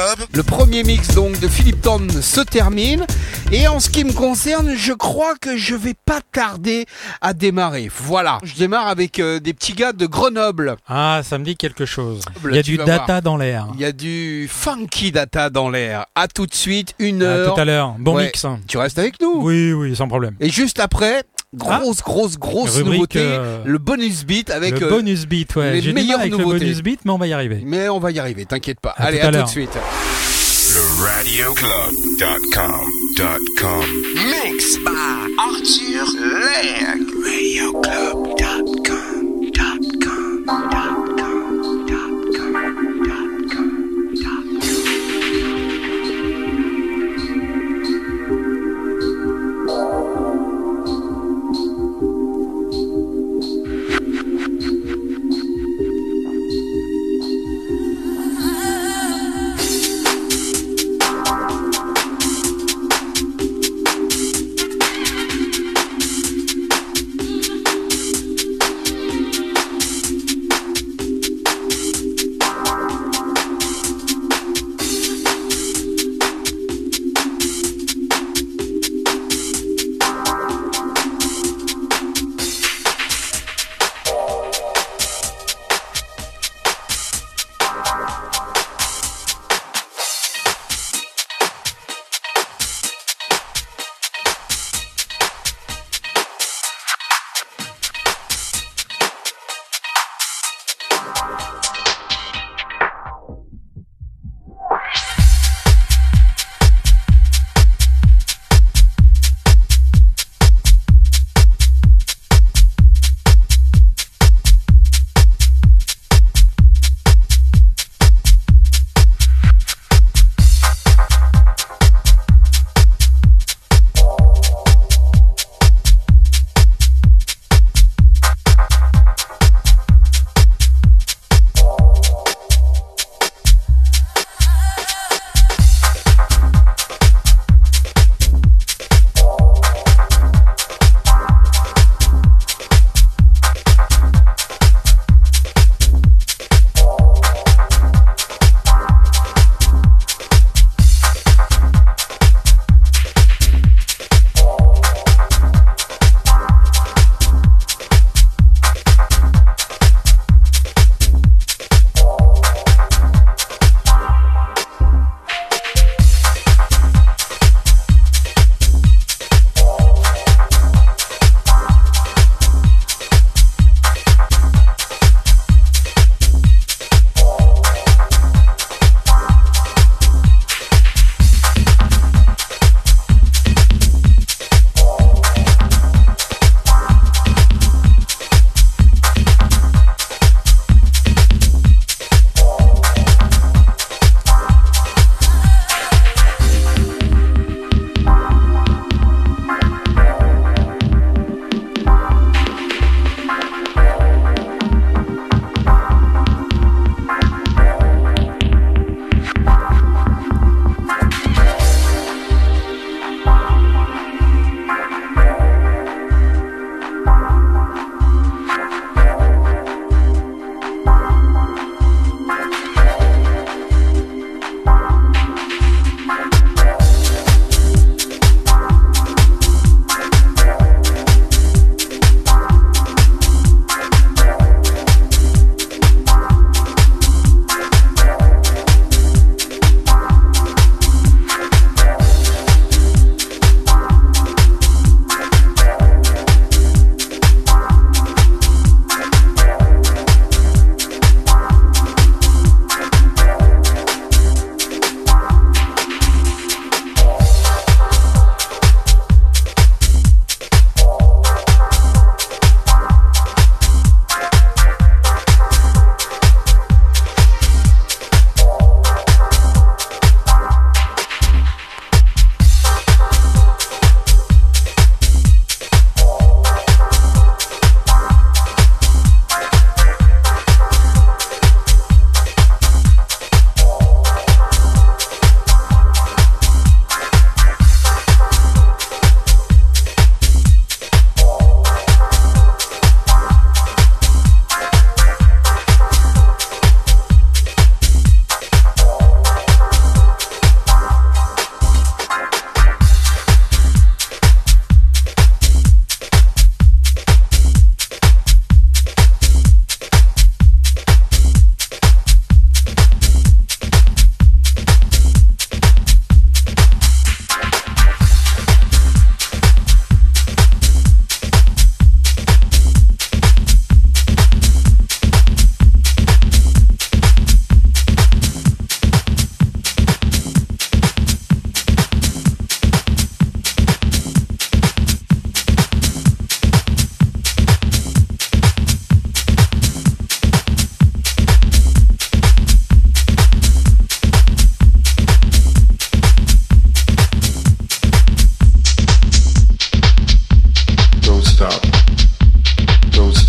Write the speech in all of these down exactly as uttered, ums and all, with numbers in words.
Club. Le premier mix donc de Philippe Thorne se termine. Et en ce qui me concerne, je crois que je vais pas tarder à démarrer. Voilà, je démarre avec euh, des petits gars de Grenoble. Ah, ça me dit quelque chose. Là, Il y a tu du vas data voir. dans l'air. Il y a du funky data dans l'air. À tout de suite, une À heure. tout à l'heure. Bon Ouais. mix. Tu restes avec nous. Oui, oui, sans problème. Et juste après, grosse, grosse, grosse Rubrique, nouveauté, euh, le bonus beat avec le euh, bonus beat, ouais. les J'ai du mal meilleures avec nouveautés. le bonus beat, mais on va y arriver. Mais on va y arriver, t'inquiète pas. À Allez, tout à à tout de l'heure. suite. Le radio club dot com dot com. Mix by Arthur Legge. radio club dot com dot com dot com dot com dot com dot com.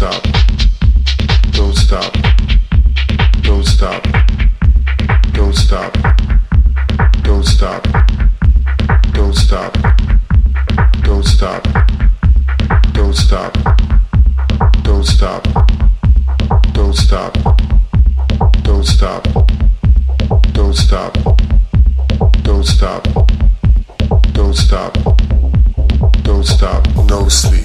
stop, don't stop, don't stop, don't stop, don't stop, don't stop, don't stop, don't stop, don't stop, don't stop, don't stop, don't stop, don't stop, don't stop, don't stop, no sleep.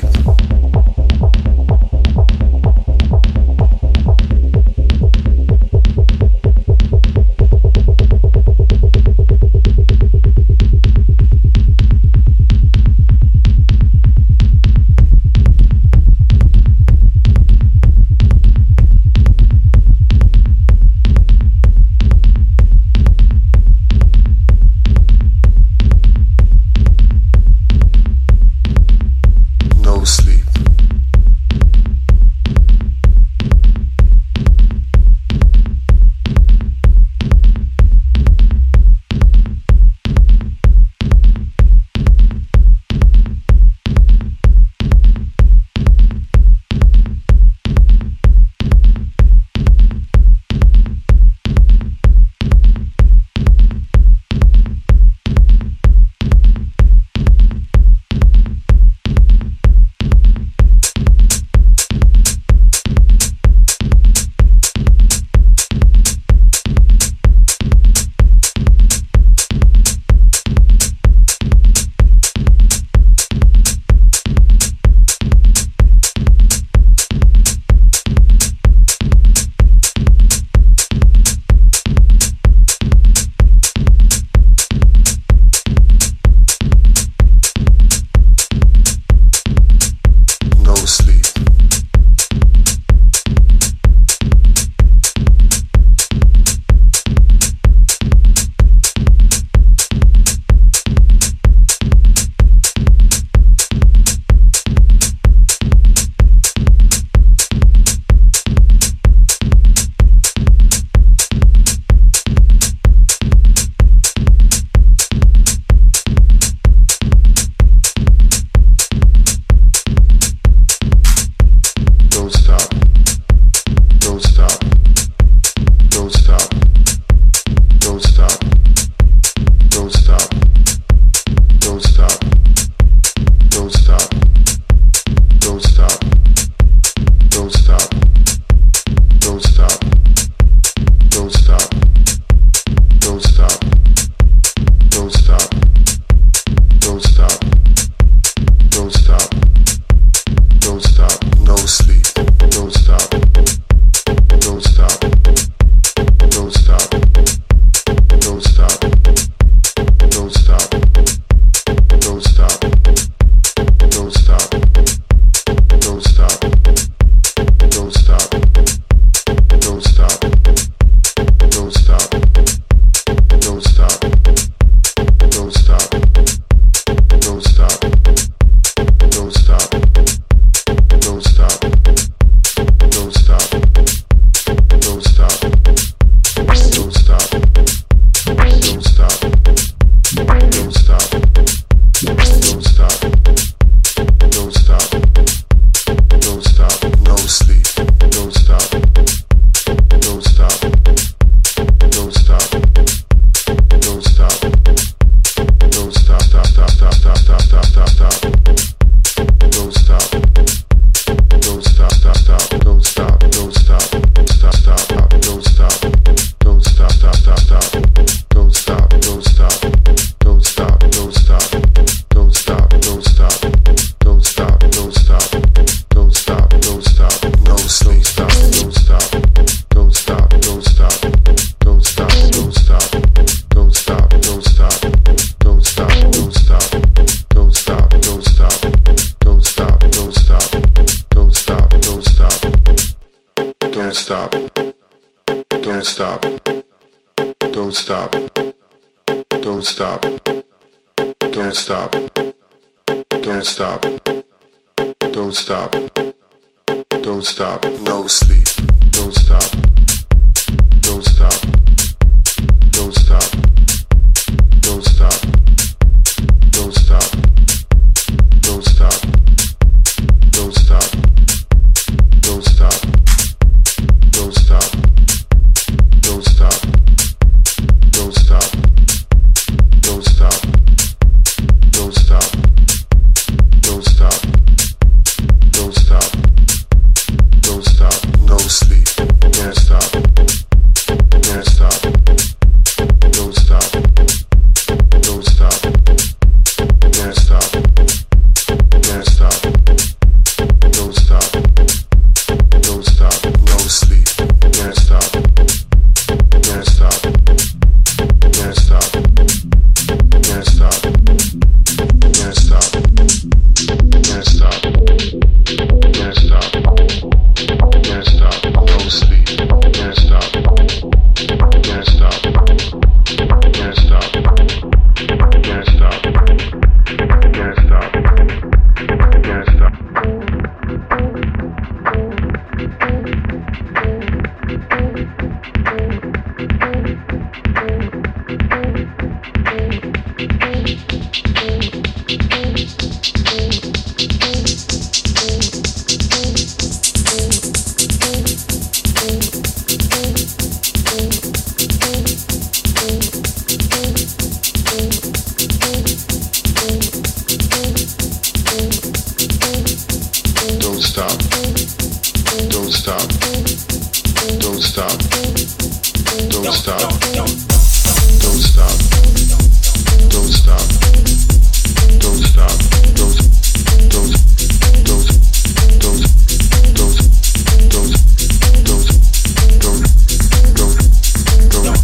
Don't stop. Don't stop. Don't stop. Don't stop. Don't stop. Don't stop. Don't don't don't don't don't don't don't don't don't don't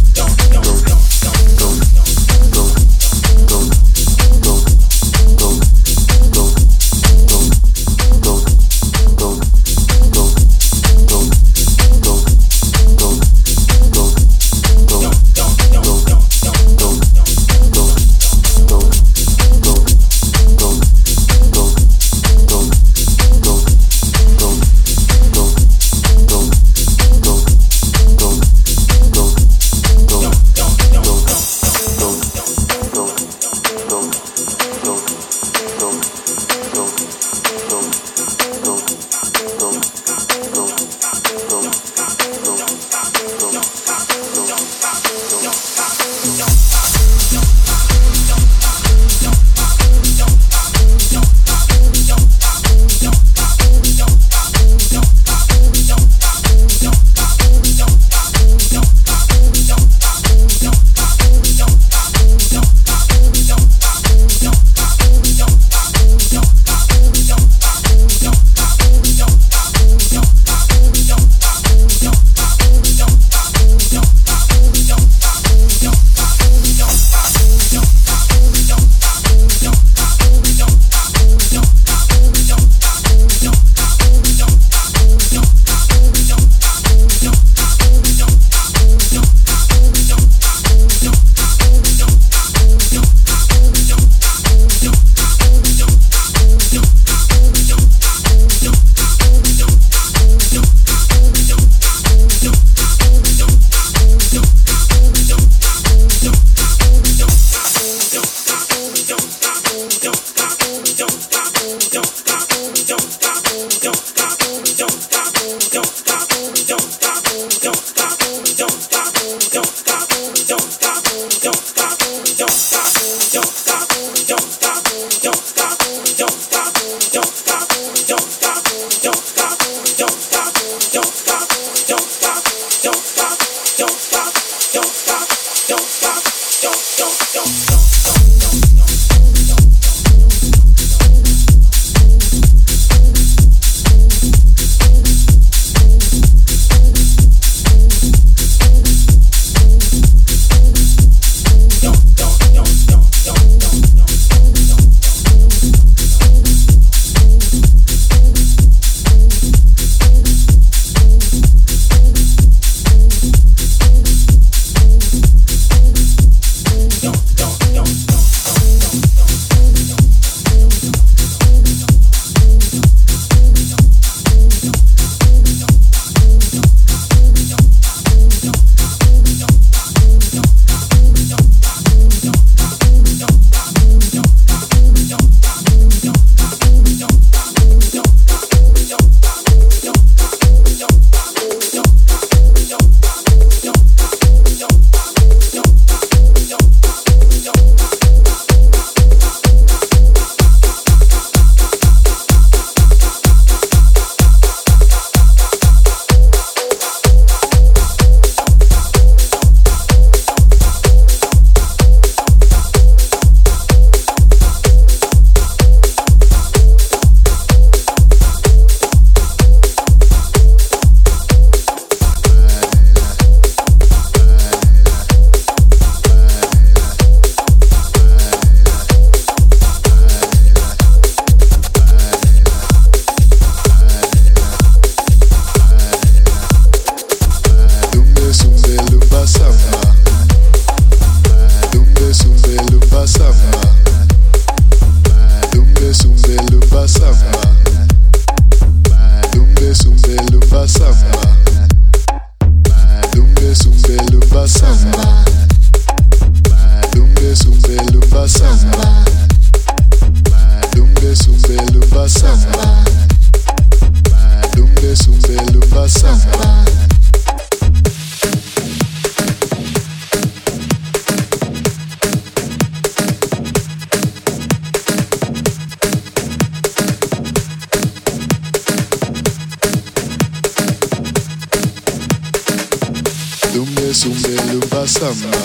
sumbe lumba samba.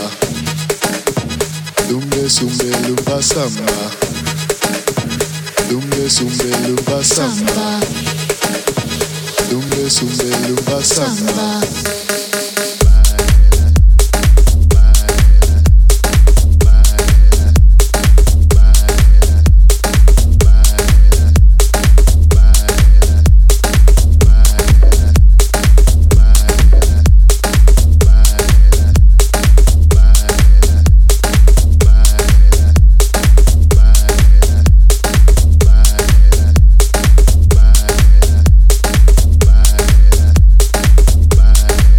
Lumbe sumbe lumba samba. Lumbe sumbe lumba samba. Lumbe sumbe lumba samba. Bye.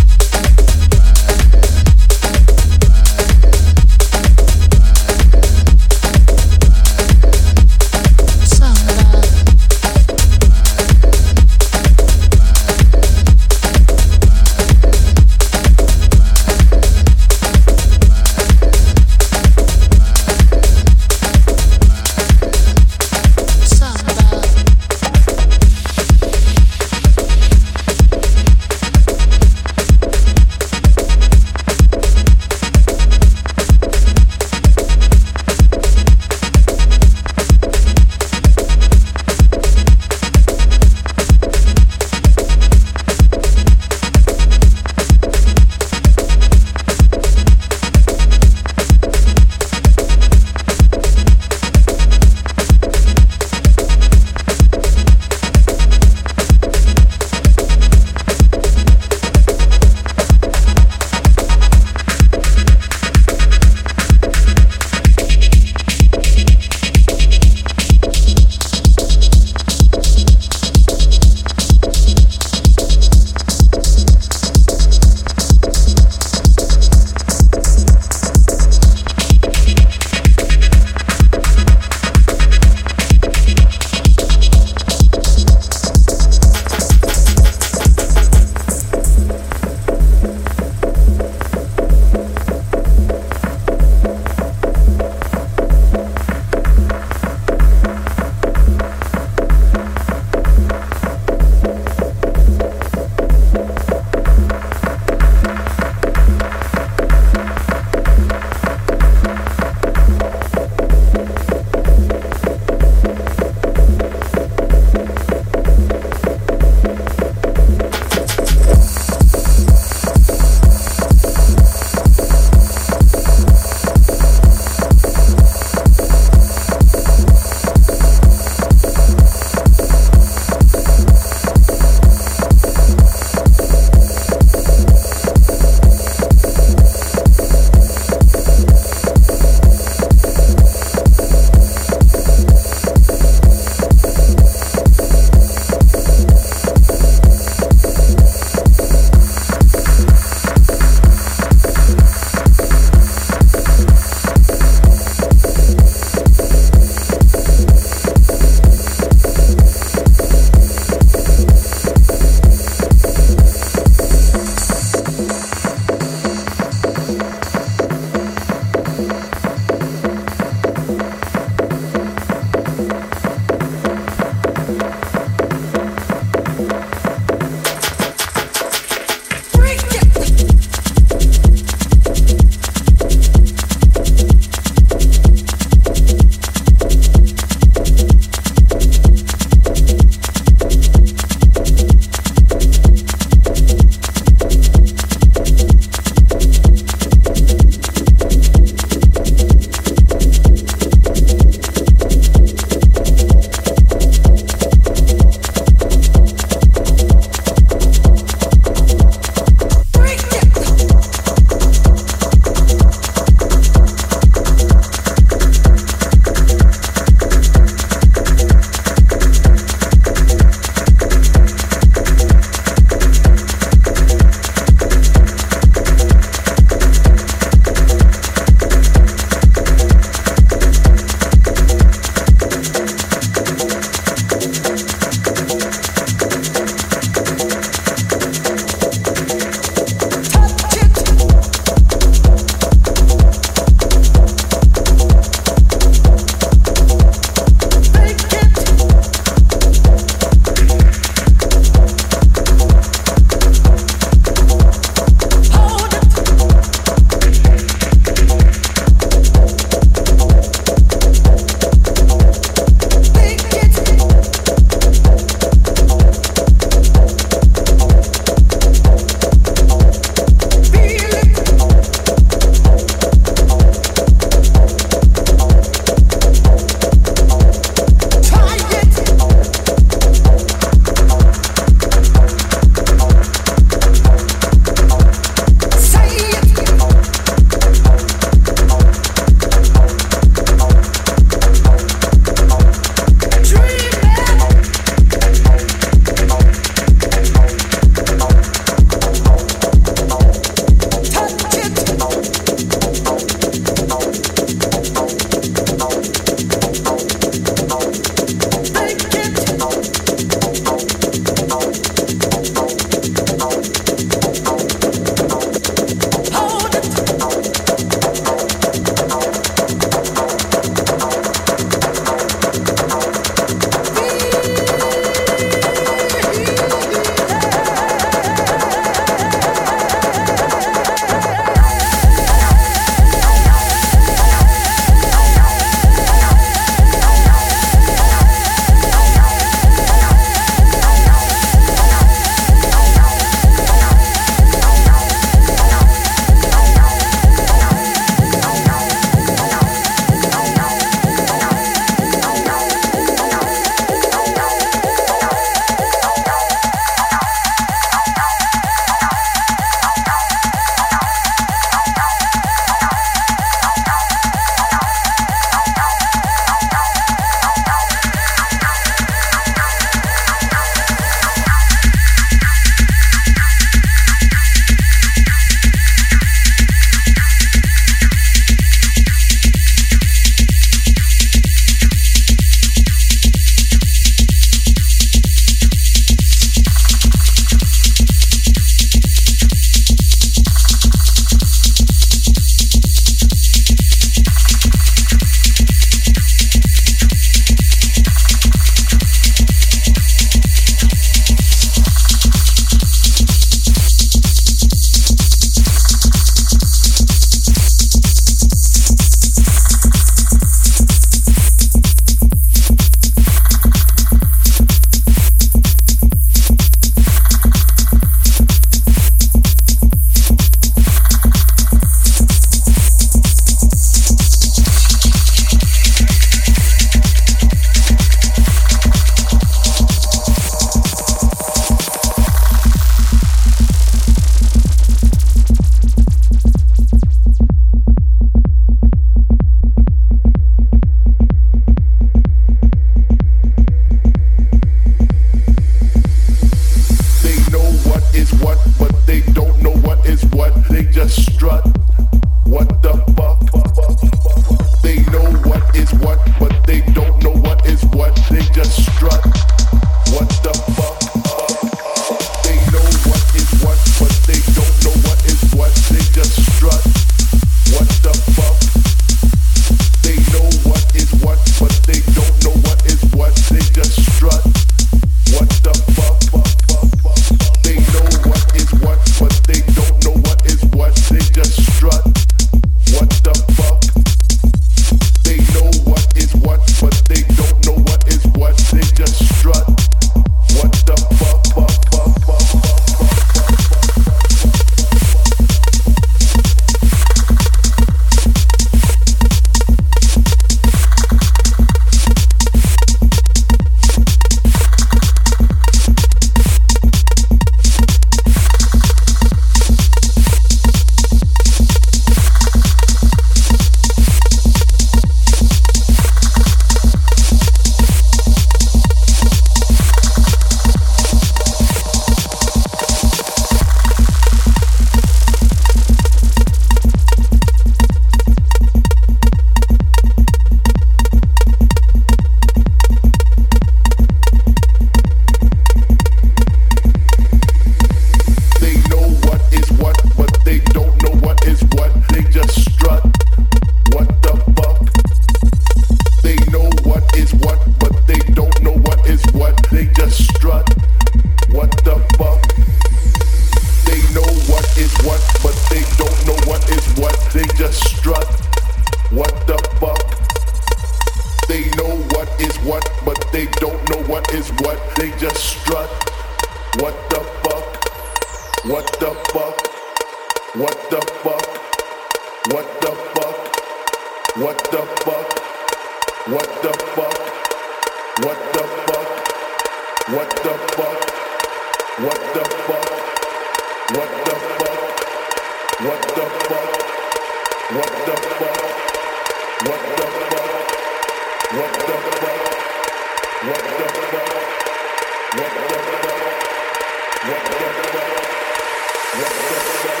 they just strut. What the fuck? What the fuck? What the fuck? What the fuck? What the fuck? What the fuck? What the fuck? What the fuck? What the fuck? What the fuck? What the fuck? What the fuck? What the fuck? What the fuck? What the fuck? What the fuck? What the fuck? What the fuck?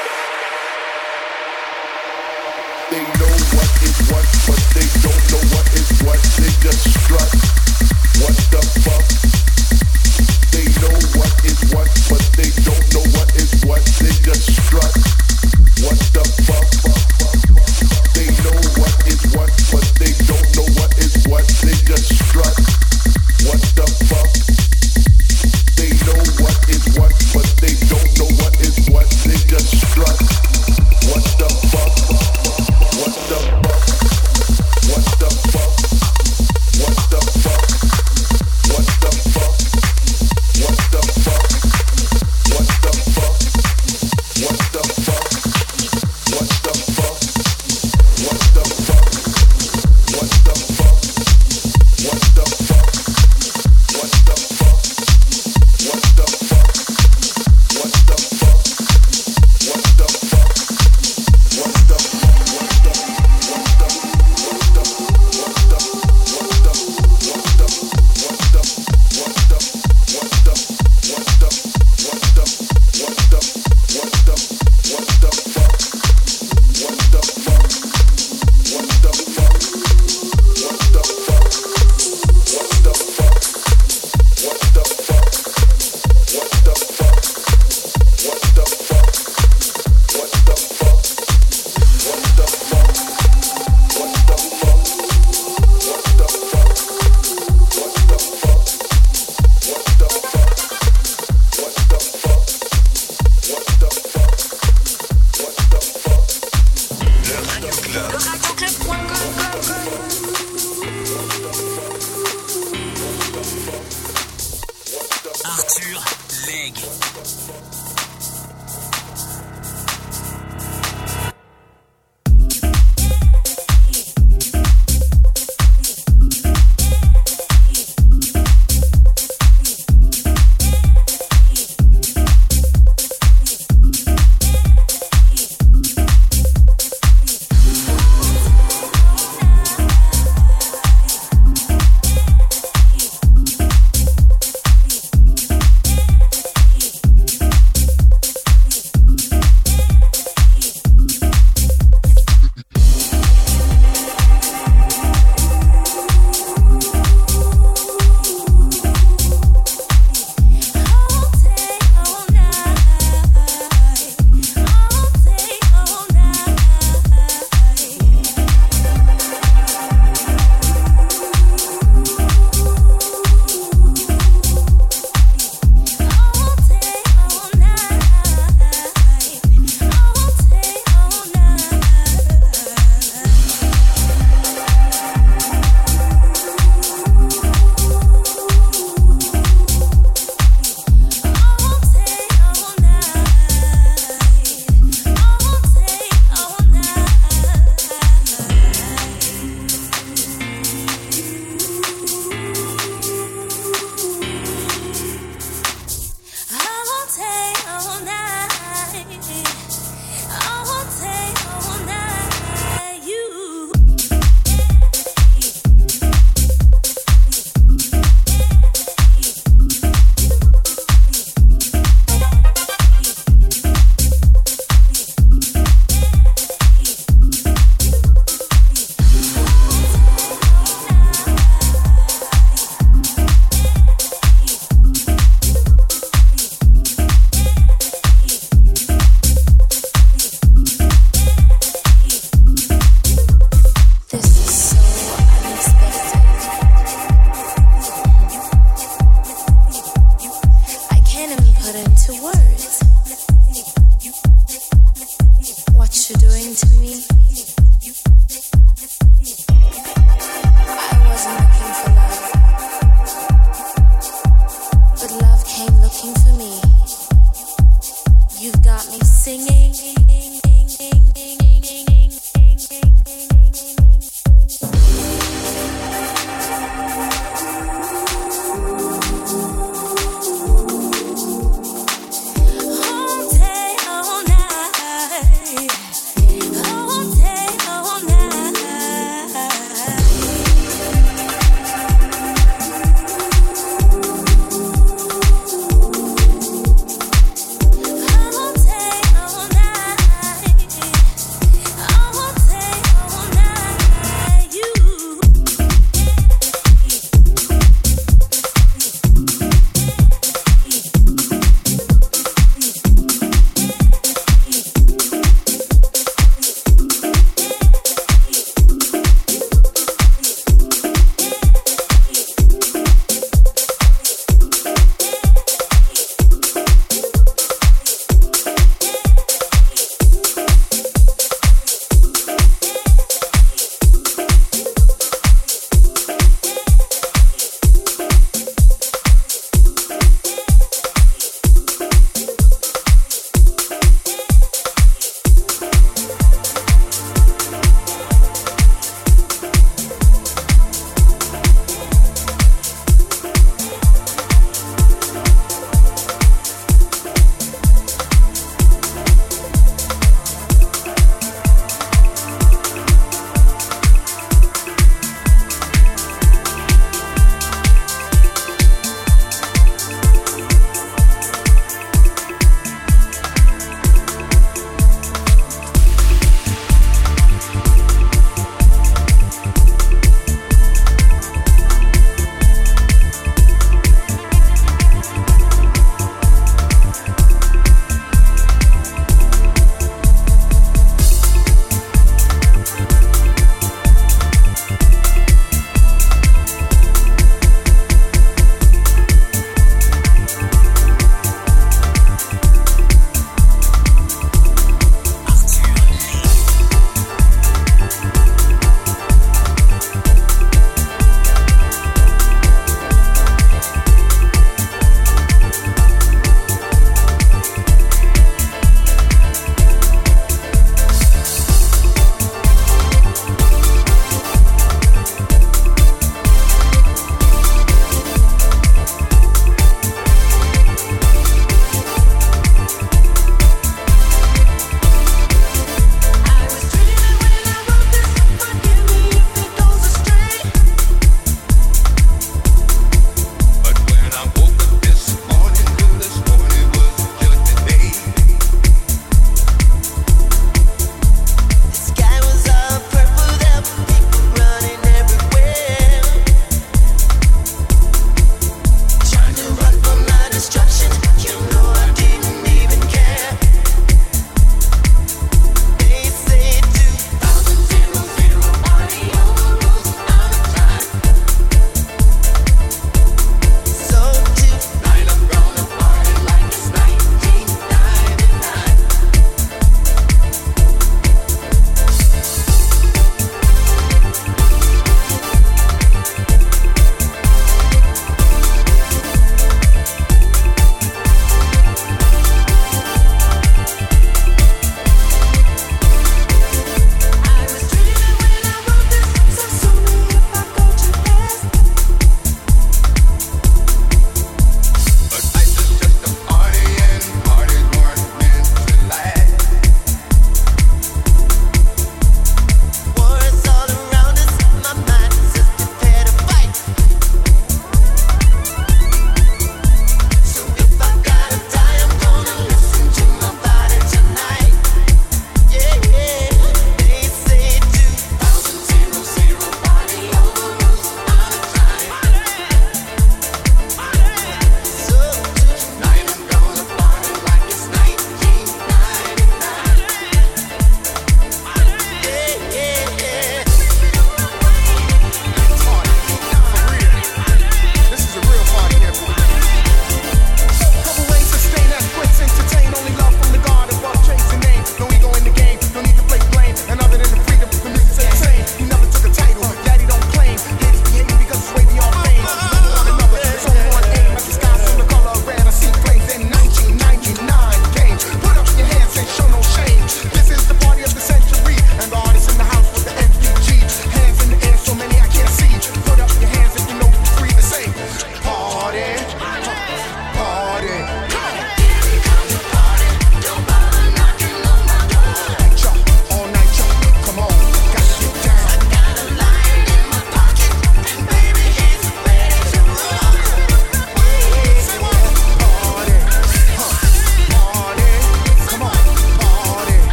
They know what is what, but they don't know what is what. They just strut. What the fuck? They know what is what, but they don't know what is what. They just strut. What the fuck? They know what is what, but they don't know what is what. They just strut.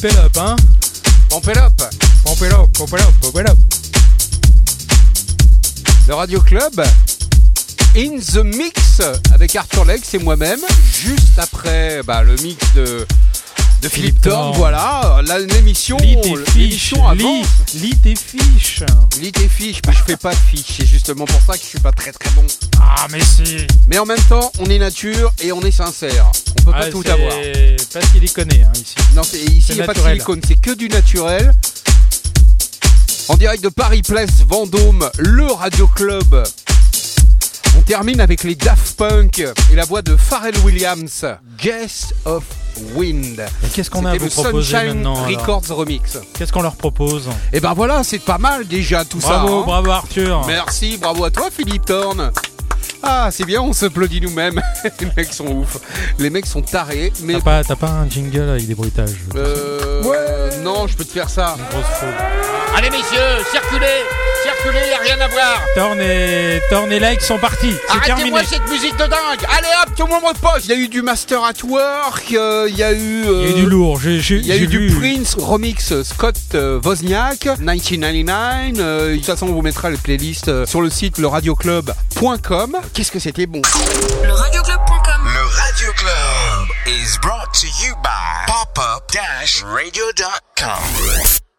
pump it up, hein. Pump it up. Pump it up, pump it up, pump it up. Le Radio Club in the mix avec Arthur Lex et moi-même, juste après bah, le mix de, de Philippe Thorne. Voilà, la, l'émission, Lis tes fiches, l'émission avance. lis, lis tes fiches. Lis tes fiches, mais je fais pas de fiches, c'est justement pour ça que je suis pas très très bon. Ah, mais si. Mais en même temps, on est nature et on est sincère. On peut Ah, pas tout c'est avoir. pas silicone, hein, ici. Non, c'est, ici il n'y a pas de naturel. silicone, c'est que du naturel. En direct de Paris Place Vendôme, le Radio Club. On termine avec les Daft Punk et la voix de Pharrell Williams, Guest of Wind. Et qu'est-ce qu'on a à C'était vous le proposer Sunshine maintenant alors Records Remix. Qu'est-ce qu'on leur propose? Et ben voilà, c'est pas mal déjà tout Bravo, ça. hein. bravo Arthur. Merci, bravo à toi Philippe Thorne. Ah, c'est bien, on s'applaudit nous-mêmes. Les mecs sont ouf. Les mecs sont tarés, mais T'as pas, t'as pas un jingle avec des bruitages? euh, Ouais. non, je peux te faire ça. Une grosse faute. Allez messieurs, circulez, circulez, y a rien à voir. Thorne et, Thorne et Lex sont partis. C'est terminé. Arrêtez-moi cette musique de dingue. Allez hop, tout le monde repose. Il y a eu du Master at Work, il euh, y a eu... euh, Il y a eu du lourd. J'ai, j'ai, Il y a j'ai eu du vu. Prince remix Scott euh, Wozniak, mille neuf cent quatre-vingt-dix-neuf. Euh, de toute façon, on vous mettra les playlists euh, sur le site le radio club point com. Qu'est-ce que c'était bon. Le radioclub point com. Le Radio Club is brought to you by pop up dash radio dot com.